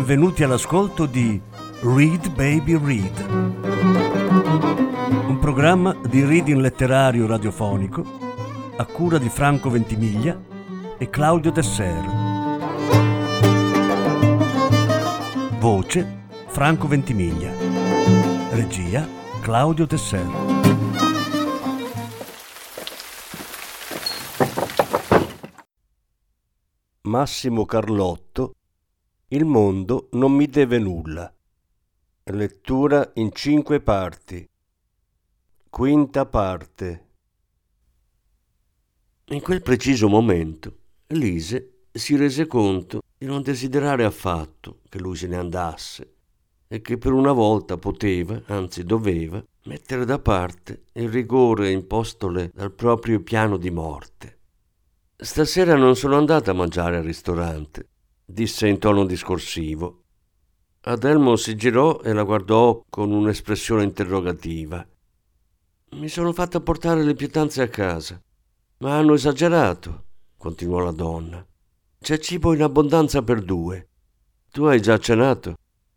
benvenuti all'ascolto di Read Baby Read, un programma di reading letterario radiofonico a cura di Franco Ventimiglia e Claudio Desser. Voce Franco Ventimiglia. Regia Claudio Desser. Massimo Carlotto, Il mondo non mi deve nulla. Lettura in 5 parti. Quinta parte. In quel preciso momento, Lise si rese conto di non desiderare affatto che lui se ne andasse e che per una volta poteva, anzi doveva, mettere da parte il rigore impostole dal proprio piano di morte. «Stasera non sono andata a mangiare al ristorante», disse in tono discorsivo. Adelmo si girò e la guardò con un'espressione interrogativa. «Mi sono fatta portare le pietanze a casa, ma hanno esagerato», continuò la donna. «C'è cibo in abbondanza per 2. Tu hai già cenato?»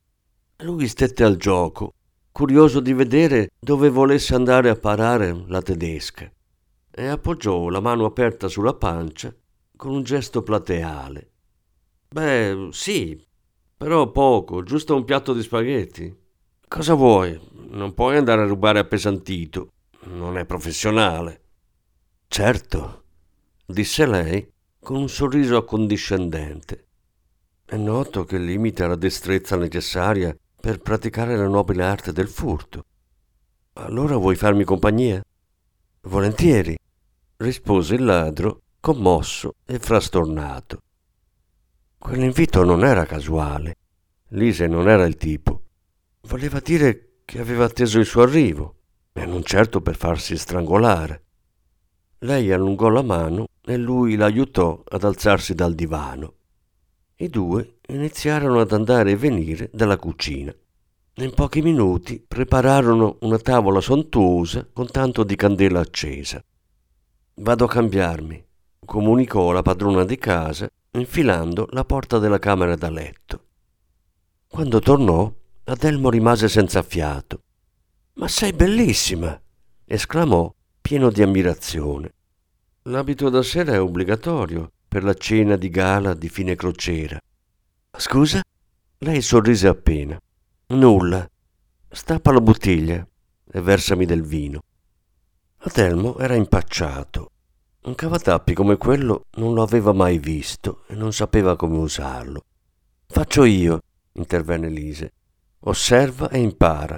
Lui stette al gioco, curioso di vedere dove volesse andare a parare la tedesca, e appoggiò la mano aperta sulla pancia con un gesto plateale. «Beh, sì, però poco, giusto un piatto di spaghetti. Cosa vuoi? Non puoi andare a rubare appesantito, non è professionale». «Certo», disse lei con un sorriso accondiscendente. «È noto che limita la destrezza necessaria per praticare la nobile arte del furto. Allora vuoi farmi compagnia?» «Volentieri», rispose il ladro, commosso e frastornato. Quell'invito non era casuale. Lise non era il tipo. Voleva dire che aveva atteso il suo arrivo, e non certo per farsi strangolare. Lei allungò la mano e lui l'aiutò ad alzarsi dal divano. I due iniziarono ad andare e venire dalla cucina. In pochi minuti prepararono una tavola sontuosa con tanto di candela accesa. «Vado a cambiarmi», comunicò la padrona di casa, infilando la porta della camera da letto. Quando tornò, Adelmo rimase senza fiato. «Ma sei bellissima!» esclamò, pieno di ammirazione. «L'abito da sera è obbligatorio per la cena di gala di fine crociera». «Scusa?» Lei sorrise appena. «Nulla. Stappa la bottiglia e versami del vino». Adelmo era impacciato. Un cavatappi come quello non lo aveva mai visto e non sapeva come usarlo. «Faccio io», intervenne Lise. «Osserva e impara».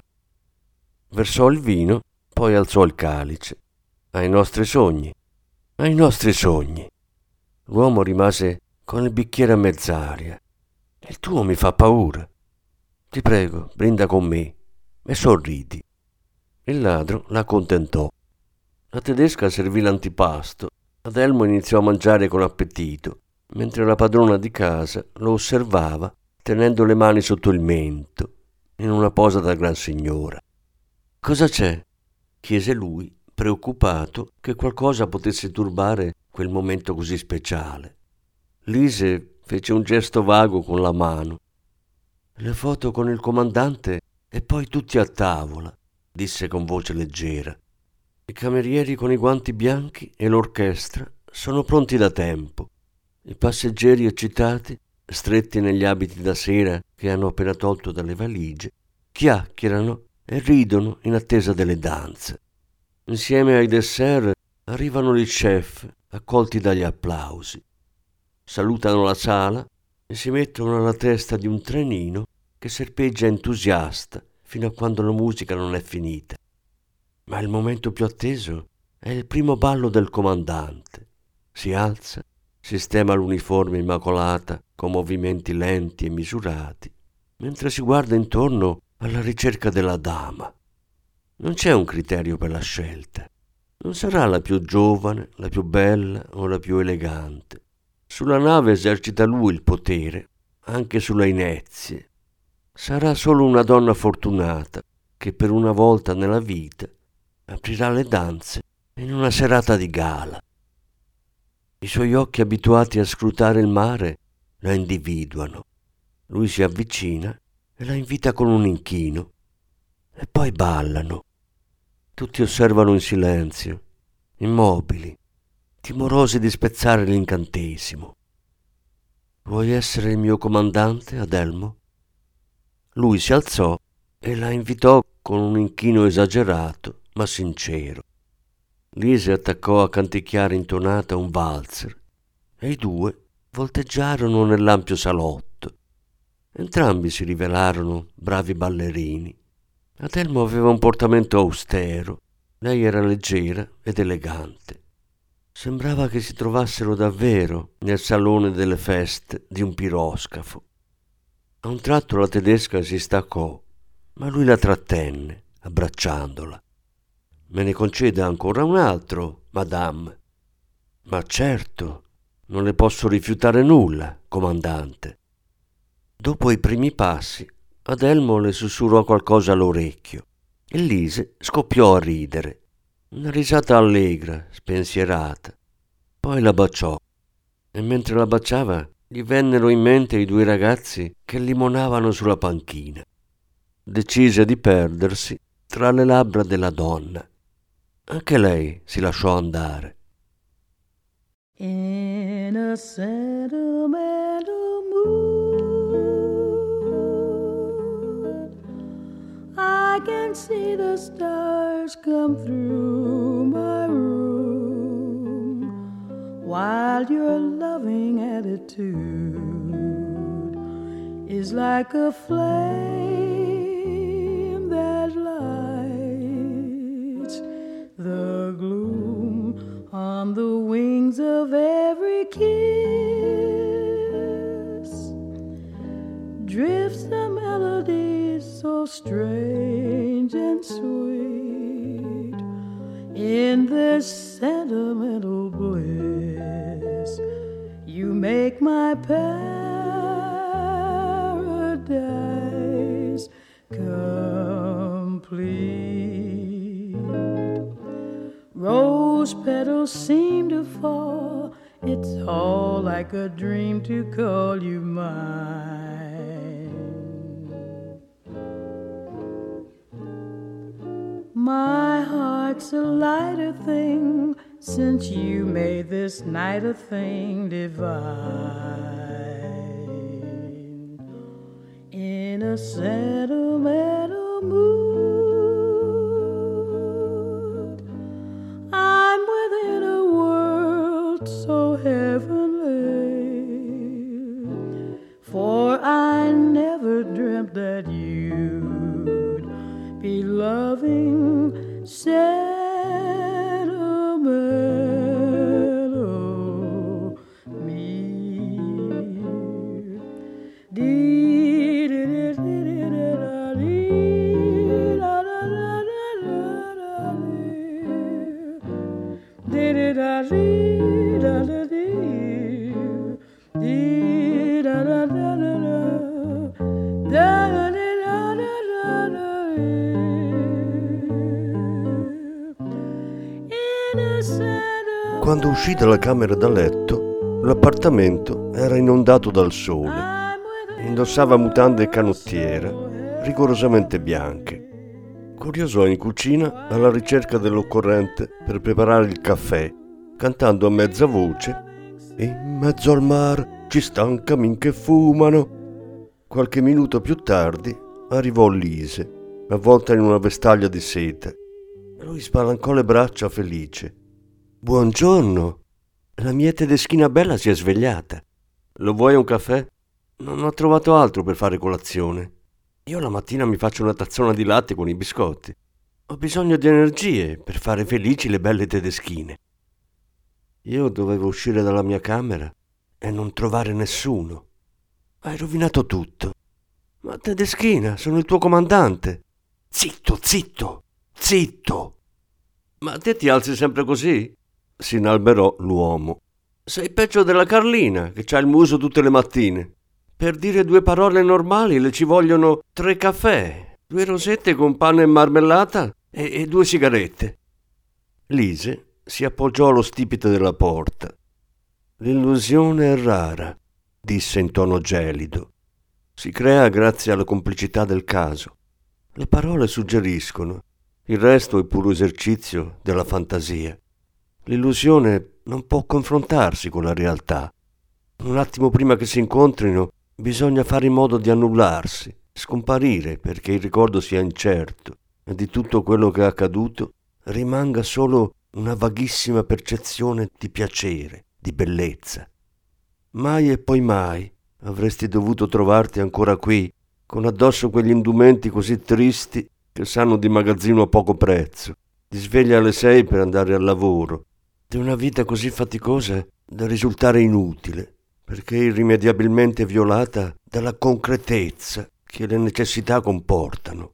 Versò il vino, poi alzò il calice. «Ai nostri sogni». «Ai nostri sogni». L'uomo rimase con il bicchiere a mezz'aria. «Il tuo mi fa paura». «Ti prego, brinda con me e sorridi». Il ladro la accontentò. La tedesca servì l'antipasto. Adelmo iniziò a mangiare con appetito, mentre la padrona di casa lo osservava tenendo le mani sotto il mento, in una posa da gran signora. «Cosa c'è?» chiese lui, preoccupato che qualcosa potesse turbare quel momento così speciale. Lise fece un gesto vago con la mano. «Le foto con il comandante e poi tutti a tavola», disse con voce leggera. «I camerieri con i guanti bianchi e l'orchestra sono pronti da tempo. I passeggeri eccitati, stretti negli abiti da sera che hanno appena tolto dalle valigie, chiacchierano e ridono in attesa delle danze. Insieme ai dessert arrivano gli chef, accolti dagli applausi. Salutano la sala e si mettono alla testa di un trenino che serpeggia entusiasta fino a quando la musica non è finita. Ma il momento più atteso è il primo ballo del comandante. Si alza, sistema l'uniforme immacolata con movimenti lenti e misurati, mentre si guarda intorno alla ricerca della dama. Non c'è un criterio per la scelta. Non sarà la più giovane, la più bella o la più elegante. Sulla nave esercita lui il potere, anche sulle inezie. Sarà solo una donna fortunata che per una volta nella vita aprirà le danze in una serata di gala. I suoi occhi abituati a scrutare il mare la individuano. Lui si avvicina e la invita con un inchino e poi ballano. Tutti osservano in silenzio, immobili, timorosi di spezzare l'incantesimo. «Vuoi essere il mio comandante, Adelmo?» Lui si alzò e la invitò con un inchino esagerato ma sincero. Lise attaccò a canticchiare intonata un valzer e i due volteggiarono nell'ampio salotto. Entrambi si rivelarono bravi ballerini. Adelmo aveva un portamento austero, lei era leggera ed elegante. Sembrava che si trovassero davvero nel salone delle feste di un piroscafo. A un tratto la tedesca si staccò, ma lui la trattenne, abbracciandola. «Me ne conceda ancora un altro, madame?» «Ma certo, non le posso rifiutare nulla, comandante». Dopo i primi passi, Adelmo le sussurrò qualcosa all'orecchio e Lise scoppiò a ridere. Una risata allegra, spensierata. Poi la baciò e mentre la baciava gli vennero in mente i due ragazzi che limonavano sulla panchina. Decise di perdersi tra le labbra della donna. Anche lei si lasciò andare. In a sentimental mood, I can see the stars come through my room, while your loving attitude is like a flame that lights the gloom on the wings of every kiss. Drifts the melody so strange and sweet in this sentimental bliss. You make my paradise complete. Rose petals seem to fall. It's all like a dream to call you mine. My heart's a lighter thing since you made this night a thing divine. In a sentimental mood, I'm within a world so heavenly, for I never dreamt that you'd be loving sentimental me. Quando uscì dalla camera da letto, l'appartamento era inondato dal sole. Indossava mutande e canottiera, rigorosamente bianche. Curiosò in cucina alla ricerca dell'occorrente per preparare il caffè, cantando a mezza voce «In mezzo al mar ci stan camin che fumano». Qualche minuto più tardi arrivò Lise, avvolta in una vestaglia di seta. Lui spalancò le braccia felice. «Buongiorno, la mia tedeschina bella si è svegliata. Lo vuoi un caffè? Non ho trovato altro per fare colazione. Io la mattina mi faccio una tazzona di latte con i biscotti. Ho bisogno di energie per fare felici le belle tedeschine». Io dovevo uscire dalla mia camera e non trovare nessuno. Hai rovinato tutto. «Ma tedeschina, sono il tuo comandante». «Zitto, zitto, zitto!» «Ma te ti alzi sempre così?» Si inalberò l'uomo. «Sei peggio della Carlina, che c'ha il muso tutte le mattine. Per dire due parole normali le ci vogliono 3 caffè, 2 rosette con panna e marmellata e 2 sigarette». Lise si appoggiò allo stipite della porta. «L'illusione è rara», disse in tono gelido. si crea grazie alla complicità del caso. Le parole suggeriscono, il resto è puro esercizio della fantasia. L'illusione non può confrontarsi con la realtà. Un attimo prima che si incontrino bisogna fare in modo di annullarsi, scomparire perché il ricordo sia incerto e di tutto quello che è accaduto rimanga solo una vaghissima percezione di piacere, di bellezza. Mai e poi mai avresti dovuto trovarti ancora qui, con addosso quegli indumenti così tristi che sanno di magazzino a poco prezzo, di sveglia alle 6 per andare al lavoro, di una vita così faticosa da risultare inutile, perché irrimediabilmente violata dalla concretezza che le necessità comportano.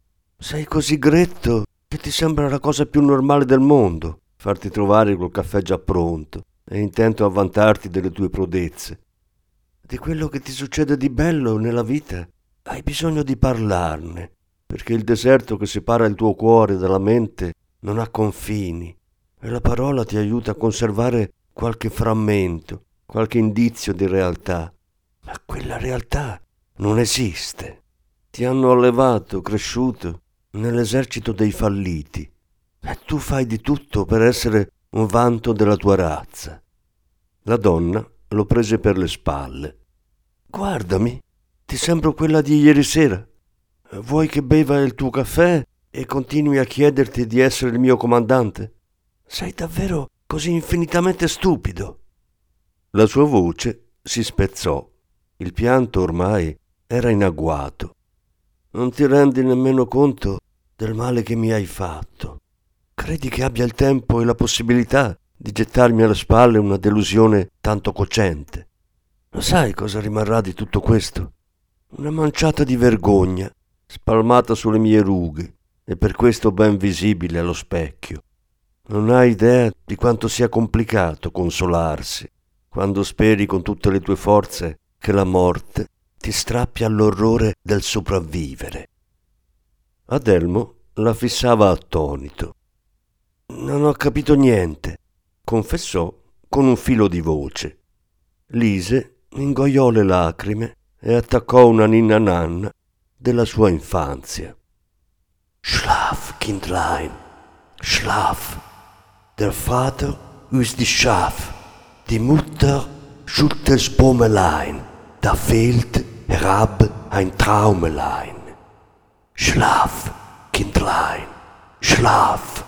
Sei così gretto che ti sembra la cosa più normale del mondo farti trovare col caffè già pronto e intento a vantarti delle tue prodezze. Di quello che ti succede di bello nella vita hai bisogno di parlarne, perché il deserto che separa il tuo cuore dalla mente non ha confini e la parola ti aiuta a conservare qualche frammento, qualche indizio di realtà. Ma quella realtà non esiste. Ti hanno allevato, cresciuto nell'esercito dei falliti e tu fai di tutto per essere un vanto della tua razza. La donna lo prese per le spalle. Guardami, ti sembro quella di ieri sera. Vuoi che beva il tuo caffè e continui a chiederti di essere il mio comandante? Sei davvero così infinitamente stupido. La sua voce si spezzò. Il pianto ormai era in agguato. Non ti rendi nemmeno conto del male che mi hai fatto. Credi che abbia il tempo e la possibilità di gettarmi alle spalle una delusione tanto cocente? Lo sai cosa rimarrà di tutto questo? Una manciata di vergogna, spalmata sulle mie rughe e per questo ben visibile allo specchio. Non hai idea di quanto sia complicato consolarsi quando speri con tutte le tue forze che la morte ti strappi all'orrore del sopravvivere. Adelmo la fissava attonito. Non ho capito niente, confessò con un filo di voce. Lise ingoiò le lacrime e attaccò una ninna nanna della sua infanzia. Schlaf, Kindlein, schlaf. Der Vater ist die Schaf, die Mutter schüttelt das Pommelein, da fehlt herab ein Traumelein. Schlaf, Kindlein, schlaf.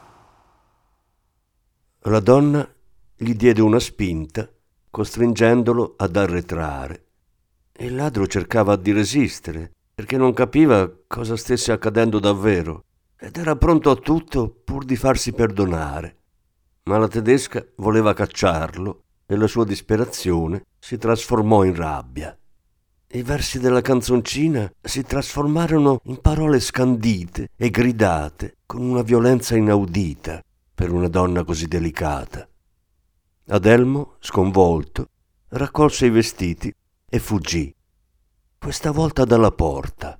La donna gli diede una spinta, costringendolo ad arretrare. Il ladro cercava di resistere, perché non capiva cosa stesse accadendo davvero, ed era pronto a tutto pur di farsi perdonare. Ma la tedesca voleva cacciarlo e la sua disperazione si trasformò in rabbia. I versi della canzoncina si trasformarono in parole scandite e gridate con una violenza inaudita per una donna così delicata. Adelmo, sconvolto, raccolse i vestiti e fuggì, questa volta dalla porta.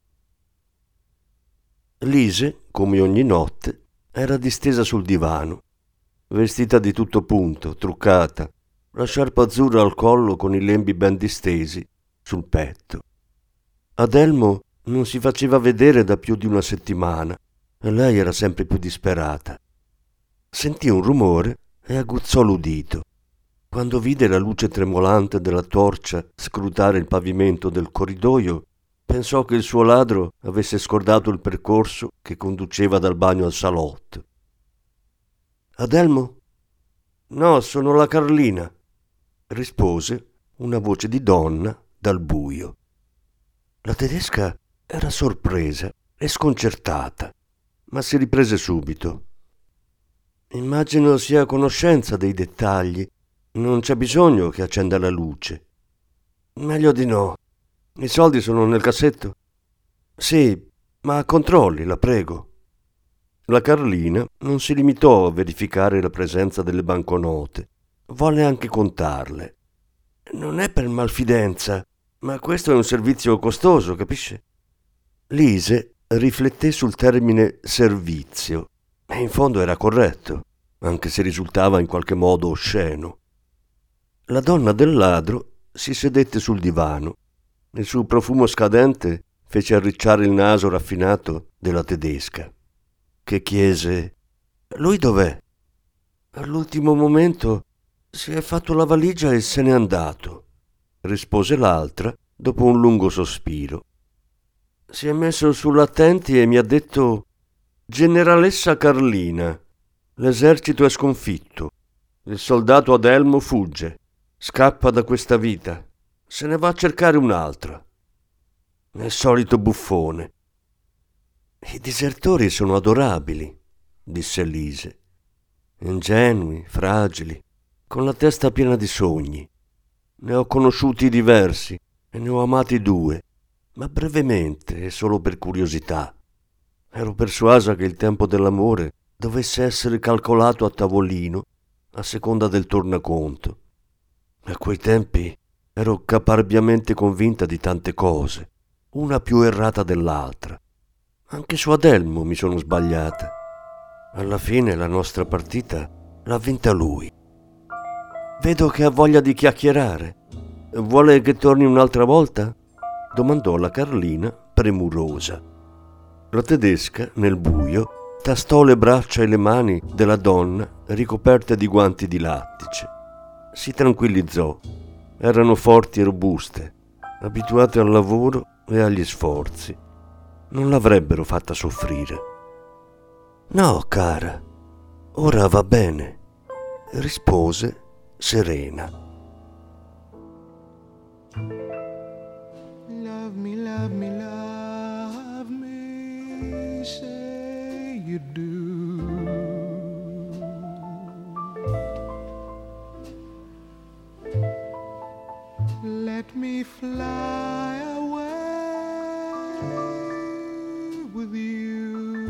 Lise, come ogni notte, era distesa sul divano, vestita di tutto punto, truccata, la sciarpa azzurra al collo con i lembi ben distesi sul petto. Adelmo non si faceva vedere da più di una settimana e lei era sempre più disperata. Sentì un rumore e aguzzò l'udito. Quando vide la luce tremolante della torcia scrutare il pavimento del corridoio, pensò che il suo ladro avesse scordato il percorso che conduceva dal bagno al salotto. Adelmo? No, sono la Carlina, rispose una voce di donna dal buio. La tedesca era sorpresa e sconcertata, ma si riprese subito. Immagino sia a conoscenza dei dettagli. Non c'è bisogno che accenda la luce. Meglio di no. I soldi sono nel cassetto? Sì, ma controlli, la prego. La Carlina non si limitò a verificare la presenza delle banconote. Volle anche contarle. Non è per malfidenza, ma questo è un servizio costoso, capisce? Lise rifletté sul termine servizio e in fondo era corretto, anche se risultava in qualche modo osceno. La donna del ladro si sedette sul divano. Il suo profumo scadente fece arricciare il naso raffinato della tedesca, che chiese: «Lui dov'è?» «All'ultimo momento si è fatto la valigia e se n'è andato», rispose l'altra dopo un lungo sospiro. «Si è messo sull'attenti e mi ha detto: Generalessa Carlina, l'esercito è sconfitto, il soldato ad elmo fugge, scappa da questa vita, se ne va a cercare un'altra. È solito buffone». «I disertori sono adorabili», disse Lise, «ingenui, fragili, con la testa piena di sogni. Ne ho conosciuti diversi e ne ho amati 2, ma brevemente e solo per curiosità. Ero persuasa che il tempo dell'amore dovesse essere calcolato a tavolino a seconda del tornaconto. A quei tempi ero caparbiamente convinta di tante cose, una più errata dell'altra. Anche su Adelmo mi sono sbagliata. Alla fine la nostra partita l'ha vinta lui. Vedo che ha voglia di chiacchierare. Vuole che torni un'altra volta?» domandò la Carlina premurosa. La tedesca, nel buio, tastò le braccia e le mani della donna ricoperte di guanti di lattice. Si tranquillizzò. Erano forti e robuste, abituate al lavoro e agli sforzi. Non l'avrebbero fatta soffrire. «No, cara, ora va bene», rispose serena. Love me, love me, love me, say you do. Let me fly away with you,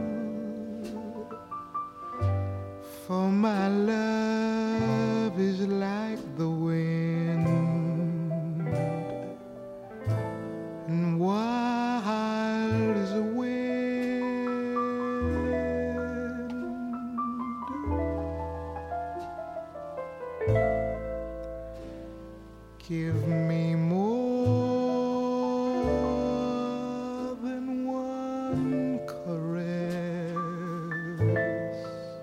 for my love is like the wind, and wild as a wind. Give me more than one caress,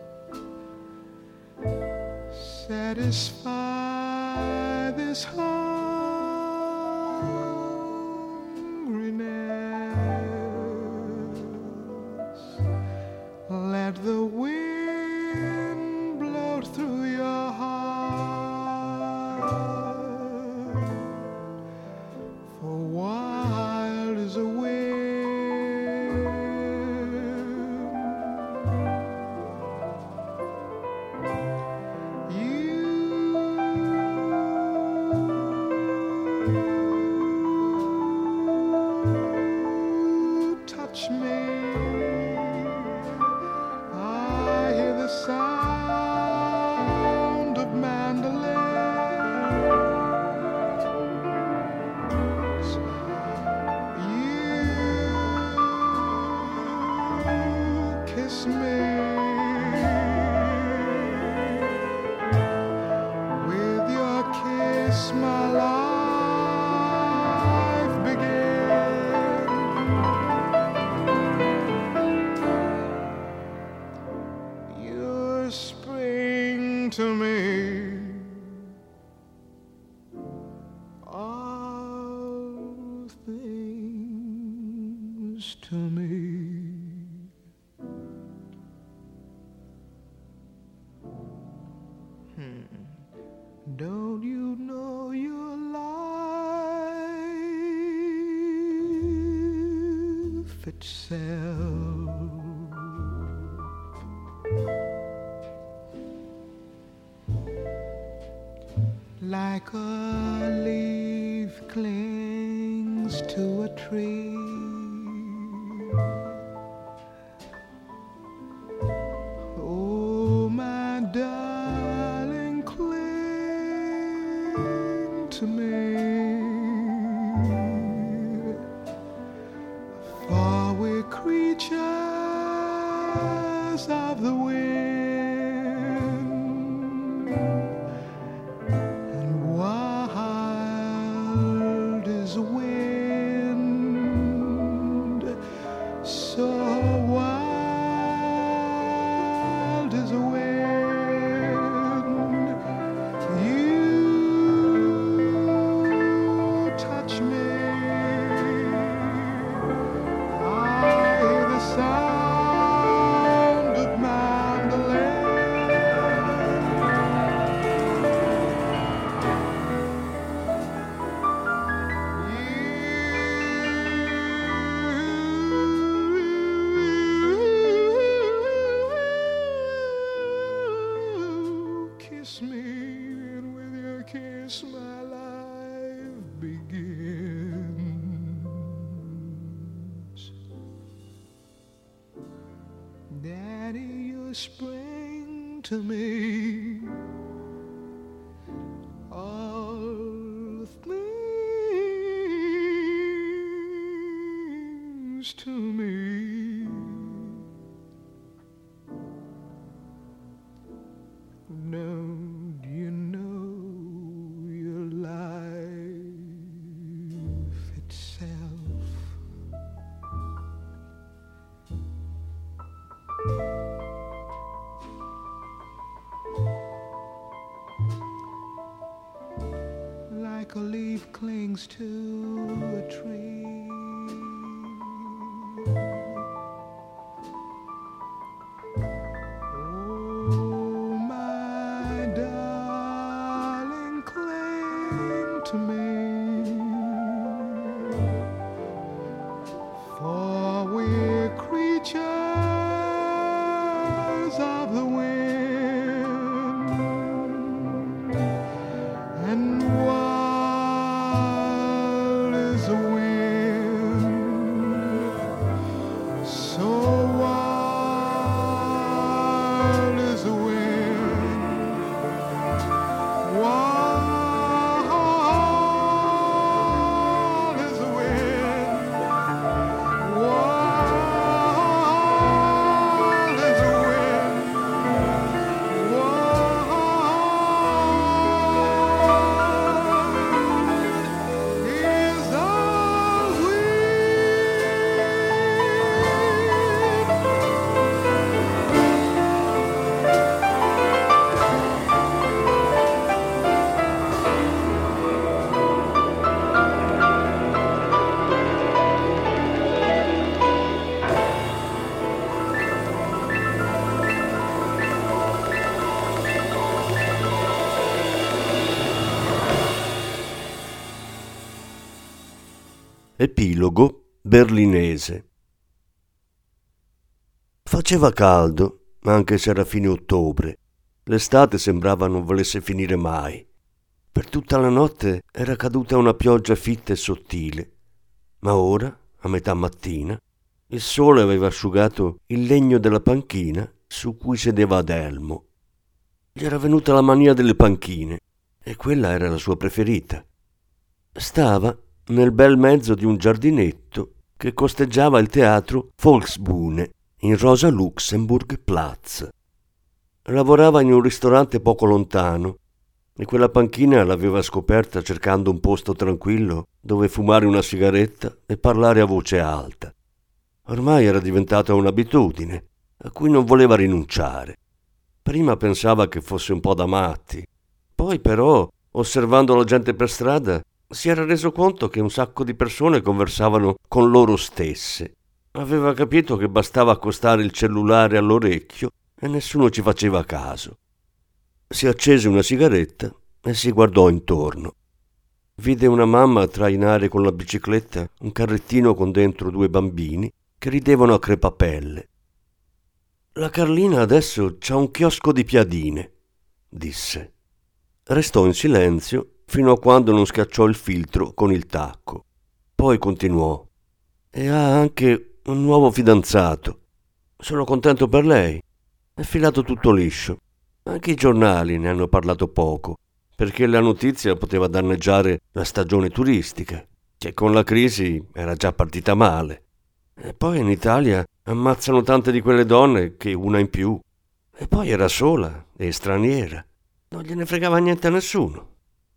satisfy this hungriness. Let the wind blow through your heart, for wild as a wind. You touch me, I hear the sound of mandolins. You kiss me, with your kiss my life began. You're spring to me, all things to me. Don't you know your life itself? Like a leaf clings to a tree, oh my darling, cling to me, for we're creatures of the wind, and wild is the wind. so wild as a wind. You touch me, I hear the sound of mandolin. Kiss me, and with your kiss my life begins. Daddy, you spring to me all things to me. No, you know your life itself. Like a leaf clings to a tree, oh, my darling, cling to me, for we're creatures of the wind, and wild is the wind, so wild is the wind, wild is the wind, wild is the wind, Epilogo berlinese. Faceva caldo, anche se era fine ottobre. L'estate sembrava non volesse finire mai. Per tutta la notte era caduta una pioggia fitta e sottile, ma ora, a metà mattina, il sole aveva asciugato il legno della panchina su cui sedeva Adelmo. Gli era venuta la mania delle panchine e quella era la sua preferita. Stava nel bel mezzo di un giardinetto che costeggiava il teatro Volksbühne in Rosa Luxemburg Platz. Lavorava in un ristorante poco lontano e quella panchina l'aveva scoperta cercando un posto tranquillo dove fumare una sigaretta e parlare a voce alta. Ormai era diventata un'abitudine a cui non voleva rinunciare. Prima pensava che fosse un po' da matti, poi però, osservando la gente per strada, si era reso conto che un sacco di persone conversavano con loro stesse. Aveva capito che bastava accostare il cellulare all'orecchio e nessuno ci faceva caso. Si accese una sigaretta e si guardò intorno. Vide una mamma trainare con la bicicletta un carrettino con dentro 2 bambini che ridevano a crepapelle. «La Carlina adesso c'ha un chiosco di piadine», disse. Restò in silenzio fino a quando non schiacciò il filtro con il tacco. Poi continuò. «E ha anche un nuovo fidanzato. Sono contento per lei. È filato tutto liscio. Anche i giornali ne hanno parlato poco, perché la notizia poteva danneggiare la stagione turistica, che con la crisi era già partita male. E poi in Italia ammazzano tante di quelle donne che una in più. E poi era sola e straniera. Non gliene fregava niente a nessuno.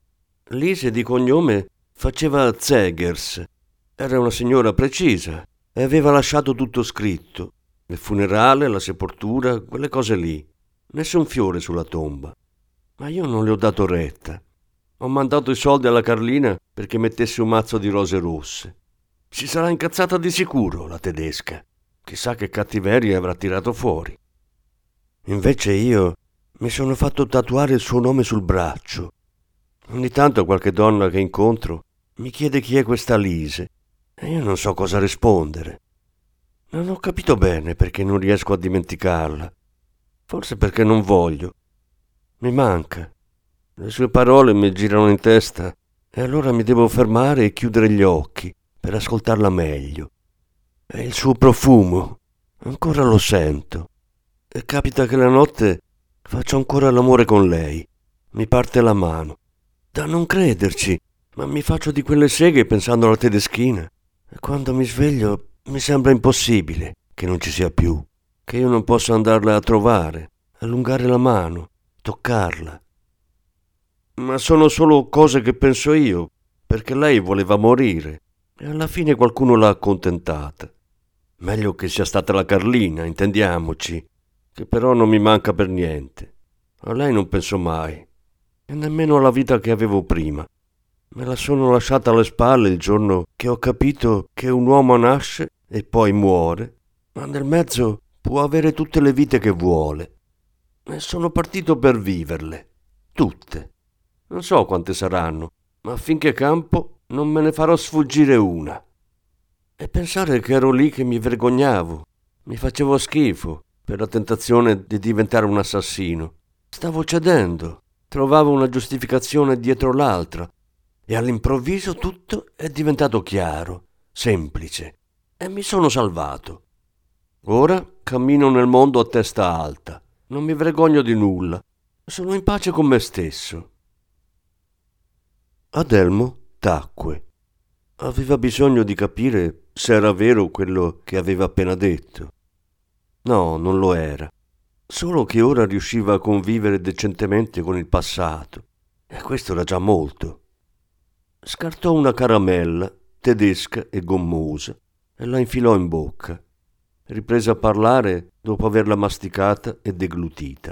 Lise di cognome faceva Zegers. Era una signora precisa, e aveva lasciato tutto scritto. Il funerale, la sepoltura, quelle cose lì. Nessun fiore sulla tomba. Ma io non le ho dato retta. Ho mandato i soldi alla Carlina perché mettesse un mazzo di rose rosse. Si sarà incazzata di sicuro, la tedesca. Chissà che cattiveria avrà tirato fuori. Invece io mi sono fatto tatuare il suo nome sul braccio. Ogni tanto qualche donna che incontro mi chiede chi è questa Lise e io non so cosa rispondere. Non ho capito bene perché non riesco a dimenticarla. Forse perché non voglio. Mi manca. Le sue parole mi girano in testa e allora mi devo fermare e chiudere gli occhi per ascoltarla meglio. E il suo profumo, ancora lo sento. E capita che la notte faccio ancora l'amore con lei. Mi parte la mano. Da non crederci, ma mi faccio di quelle seghe pensando alla tedeschina. E quando mi sveglio mi sembra impossibile che non ci sia più, che io non possa andarla a trovare, allungare la mano, toccarla. Ma sono solo cose che penso io, perché lei voleva morire e alla fine qualcuno l'ha accontentata. Meglio che sia stata la Carlina, intendiamoci, che però non mi manca per niente. A lei non penso mai, e nemmeno alla vita che avevo prima. Me la sono lasciata alle spalle il giorno che ho capito che un uomo nasce e poi muore, ma nel mezzo può avere tutte le vite che vuole. E sono partito per viverle, tutte. Non so quante saranno, ma finché campo non me ne farò sfuggire una. E pensare che ero lì che mi vergognavo, mi facevo schifo per la tentazione di diventare un assassino. Stavo cedendo, trovavo una giustificazione dietro l'altra e all'improvviso tutto è diventato chiaro, semplice e mi sono salvato. Ora cammino nel mondo a testa alta, non mi vergogno di nulla, sono in pace con me stesso. Adelmo tacque. Aveva bisogno di capire se era vero quello che aveva appena detto. No, non lo era. Solo che ora riusciva a convivere decentemente con il passato. E questo era già molto. Scartò una caramella, tedesca e gommosa, e la infilò in bocca. Riprese a parlare dopo averla masticata e deglutita.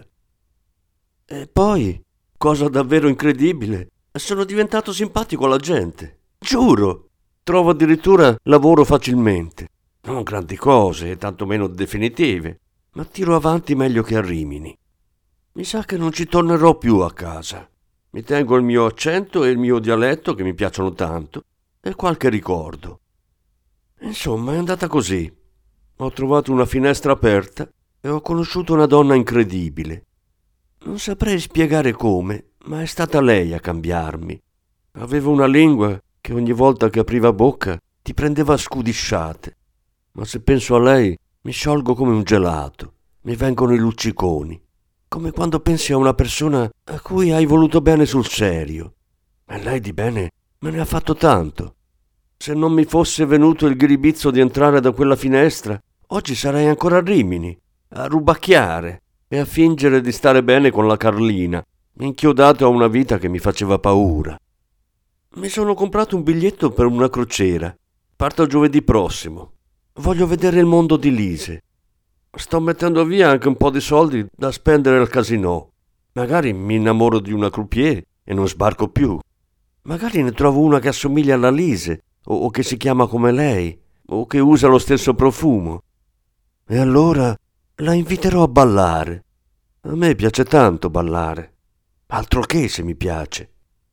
E poi, cosa davvero incredibile, sono diventato simpatico alla gente. Giuro! Trovo addirittura lavoro facilmente. Non grandi cose, tantomeno definitive, ma tiro avanti meglio che a Rimini. Mi sa che non ci tornerò più a casa. Mi tengo il mio accento e il mio dialetto che mi piacciono tanto e qualche ricordo. Insomma, è andata così. Ho trovato una finestra aperta e ho conosciuto una donna incredibile. Non saprei spiegare come, ma è stata lei a cambiarmi. Avevo una lingua che ogni volta che apriva bocca ti prendeva a scudisciate. Ma se penso a lei mi sciolgo come un gelato, mi vengono i lucciconi, come quando pensi a una persona a cui hai voluto bene sul serio. E lei di bene me ne ha fatto tanto. Se non mi fosse venuto il ghiribizzo di entrare da quella finestra, oggi sarei ancora a Rimini, a rubacchiare e a fingere di stare bene con la Carlina, inchiodato a una vita che mi faceva paura. Mi sono comprato un biglietto per una crociera. Parto giovedì prossimo. Voglio vedere il mondo di Lise. Sto mettendo via anche un po' di soldi da spendere al casinò. Magari mi innamoro di una croupier e non sbarco più. Magari ne trovo una che assomiglia alla Lise, o che si chiama come lei, o che usa lo stesso profumo. E allora la inviterò a ballare. A me piace tanto ballare. Altro che se mi piace.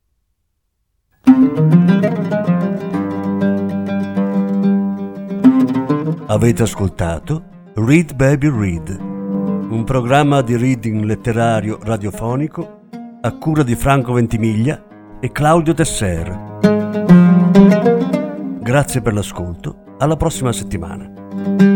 Avete ascoltato Read Baby Read, un programma di reading letterario radiofonico a cura di Franco Ventimiglia e Claudio Tesser. Grazie per l'ascolto, alla prossima settimana.